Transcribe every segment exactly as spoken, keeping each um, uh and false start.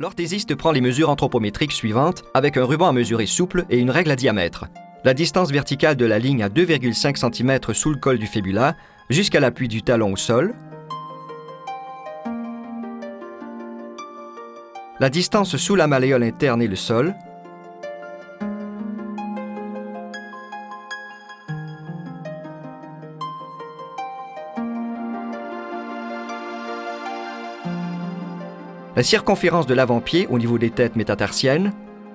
L'orthésiste prend les mesures anthropométriques suivantes avec un ruban à mesurer souple et une règle à diamètre. La distance verticale de la ligne à deux virgule cinq centimètres sous le col du fibula jusqu'à l'appui du talon au sol. La distance sous la malléole interne et le sol. La circonférence de l'avant-pied au niveau des têtes métatarsiennes.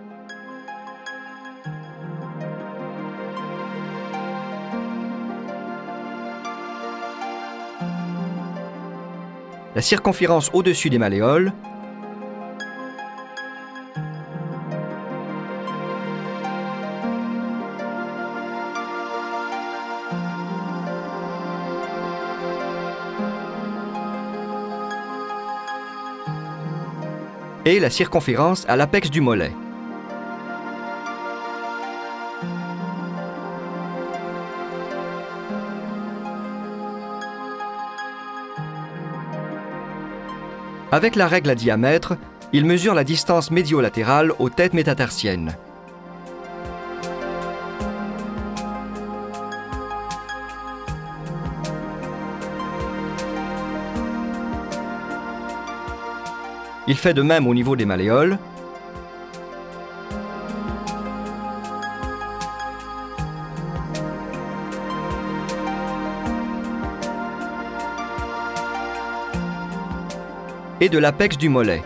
La circonférence au-dessus des malléoles. Et la circonférence à l'apex du mollet. Avec la règle à diamètre, il mesure la distance médio-latérale aux têtes métatarsiennes. Il fait de même au niveau des malléoles. Et de l'apex du mollet.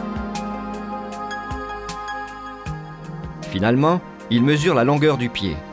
Finalement, il mesure la longueur du pied.